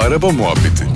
Araba Muhabbeti.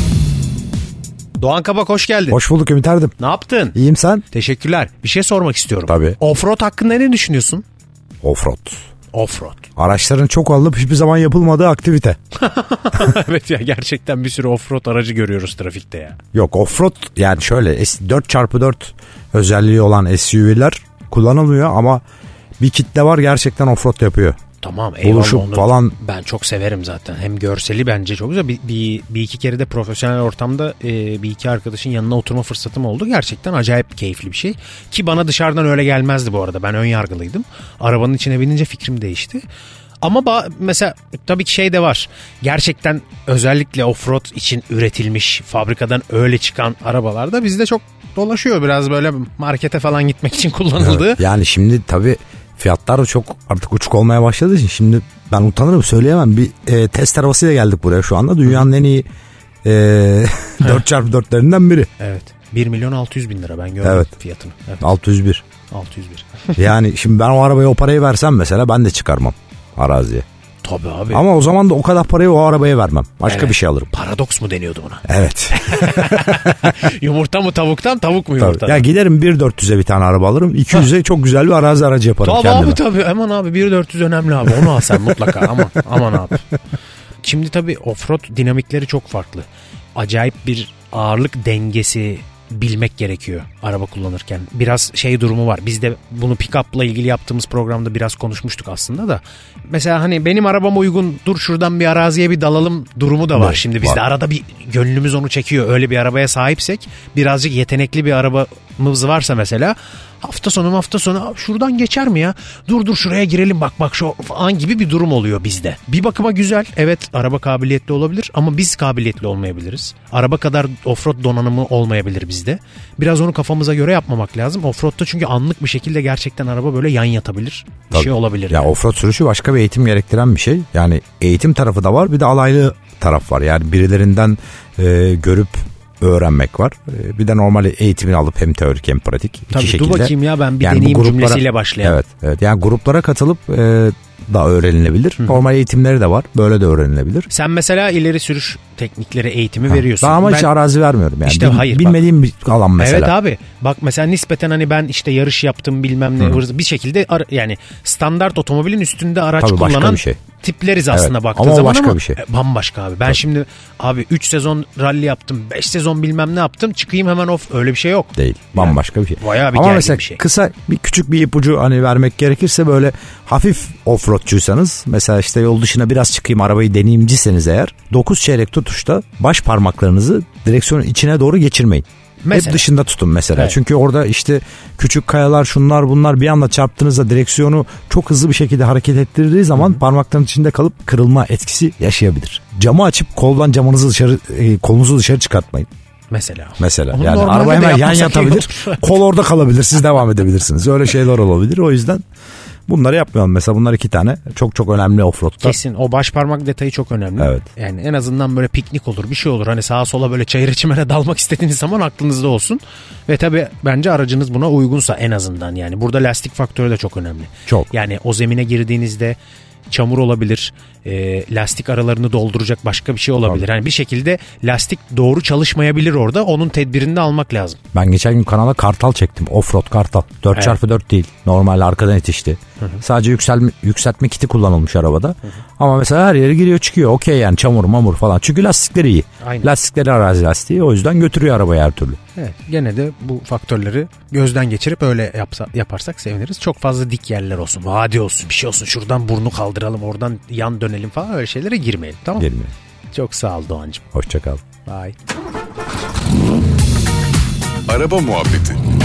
Doğan Kabak hoş geldin. Hoş bulduk Ümit Erdem. Ne yaptın? İyiyim, sen? Teşekkürler. Bir şey sormak istiyorum. Tabii. Offroad hakkında ne düşünüyorsun? Offroad. Offroad. Araçların çok alınıp hiçbir zaman yapılmadığı aktivite. Evet ya, gerçekten bir sürü offroad aracı görüyoruz trafikte ya. Yok, offroad yani şöyle 4x4 özelliği olan SUV'ler kullanılmıyor ama bir kitle var gerçekten offroad yapıyor. Tamam, eyvallah. Buluşup falan. Ben çok severim zaten. Hem görseli bence çok güzel. Bir iki kere de profesyonel ortamda bir iki arkadaşın yanına oturma fırsatım oldu. Gerçekten acayip keyifli bir şey. Ki bana dışarıdan öyle gelmezdi bu arada. Ben ön yargılıydım. Arabanın içine binince fikrim değişti. Ama mesela tabii ki şey de var. Gerçekten özellikle offroad için üretilmiş, fabrikadan öyle çıkan arabalarda bizde çok dolaşıyor. Biraz böyle markete falan gitmek için kullanıldı. Evet, yani şimdi tabii fiyatlar da çok artık uçuk olmaya başladığı için şimdi ben utanırım söyleyemem. Bir test arabasıyla geldik buraya şu anda. Dünyanın en iyi 4x4'lerinden biri. Evet. 1.600.000 lira ben gördüm fiyatını. Evet. 601. 601. Yani şimdi ben o arabaya o parayı versem mesela ben de çıkarmam araziye. Tabii abi. Ama o zaman da o kadar parayı o arabaya vermem. Başka bir şey alırım. Paradoks mu deniyordu buna? Evet. Yumurta mı tavuktan, tavuk mu yumurtadan? Ya giderim 1.400'e bir tane araba alırım. 200'e çok güzel bir arazi aracı yaparım tabii kendime. Tabii. Aman abi 1.400 önemli abi. Onu al sen mutlaka. Aman abi. Şimdi tabii offroad dinamikleri çok farklı. Acayip bir ağırlık dengesi bilmek gerekiyor araba kullanırken. Biraz şey durumu var. Biz de bunu pick-up'la ilgili yaptığımız programda biraz konuşmuştuk aslında da. Mesela hani benim arabam uygun, dur şuradan bir araziye bir dalalım durumu da var. Evet, şimdi bizde arada bir gönlümüz onu çekiyor. Öyle bir arabaya sahipsek, birazcık yetenekli bir arabamız varsa mesela, hafta sonu şuradan geçer mi ya? Dur şuraya girelim bak şu falan gibi bir durum oluyor bizde. Bir bakıma güzel. Evet, araba kabiliyetli olabilir ama biz kabiliyetli olmayabiliriz. Araba kadar offroad donanımı olmayabilir bizde. Biraz onu kafamıza göre yapmamak lazım. Offroad'da çünkü anlık bir şekilde gerçekten araba böyle yan yatabilir. Bir şey olabilir. Ya yani. Offroad sürüşü başka bir eğitim gerektiren bir şey. Yani eğitim tarafı da var, bir de alaylı taraf var. Yani birilerinden görüp öğrenmek var. Bir de normal eğitimini alıp hem teorik hem pratik. Tabii, iki şekilde. Dur bakayım ya ben bir yani deneyim cümlesiyle başlayalım. Evet. Yani gruplara katılıp da öğrenilebilir. Normal eğitimleri de var. Böyle de öğrenilebilir. Sen mesela ileri sürüş teknikleri eğitimi veriyorsun. Ama hiç arazi vermiyorum yani. İşte hayır. Bilmediğim bir alan mesela. Evet abi. Bak mesela nispeten hani ben işte yarış yaptım bilmem ne. Bir şekilde yani standart otomobilin üstünde araç tabii kullanan şey. tipleriz aslında baktığın ama zaman başka bir şey. Bambaşka abi. Ben şimdi abi 3 sezon rally yaptım, 5 sezon bilmem ne yaptım, çıkayım hemen öyle bir şey yok. Değil. Bambaşka bir şey. Bayağı bir ama mesela bir şey. Kısa küçük bir ipucu hani vermek gerekirse, böyle hafif offroadçuysanız mesela, işte yol dışına biraz çıkayım arabayı deneyimciseniz eğer, 9 çeyrek tutuşta baş parmaklarınızı direksiyonun içine doğru geçirmeyin. Mesela. Hep dışında tutun mesela. Evet. Çünkü orada işte küçük kayalar, şunlar bunlar, bir anda çarptığınızda direksiyonu çok hızlı bir şekilde hareket ettirdiği zaman parmakların içinde kalıp kırılma etkisi yaşayabilir. Camı açıp kolunuzu dışarı çıkartmayın. Mesela. Onu yani araba hemen yan yatabilir. Kol orada kalabilir. Siz devam edebilirsiniz. Öyle şeyler olabilir. O yüzden bunları yapmayalım. Mesela bunlar 2 tane çok önemli offroad'ta. Kesin o baş parmak detayı çok önemli. Evet. Yani en azından böyle piknik olur, bir şey olur. Hani sağa sola böyle çayıra çimene dalmak istediğiniz zaman aklınızda olsun. Ve tabii bence aracınız buna uygunsa en azından yani. Burada lastik faktörü de çok önemli. Çok. Yani o zemine girdiğinizde çamur olabilir, lastik aralarını dolduracak başka bir şey olabilir. Yani bir şekilde lastik doğru çalışmayabilir orada. Onun tedbirini de almak lazım. Ben geçen gün kanala kartal çektim. Offroad kartal. 4x4 değil. Normal arkadan itişti. Sadece yükseltme kiti kullanılmış arabada. Ama mesela her yere giriyor çıkıyor. Okey yani, çamur mamur falan. Çünkü lastikleri iyi. Aynen. Lastikleri arazi lastiği. O yüzden götürüyor arabayı her türlü. Evet, gene de bu faktörleri gözden geçirip öyle yaparsak seviniriz. Çok fazla dik yerler olsun, vadi olsun, bir şey olsun, şuradan burnu kaldıralım, oradan yan dönelim falan, öyle şeylere girmeyelim, tamam mı? Girmeyelim. Çok sağ ol Doğancığım. Hoşça kal. Bye. Araba Muhabbeti.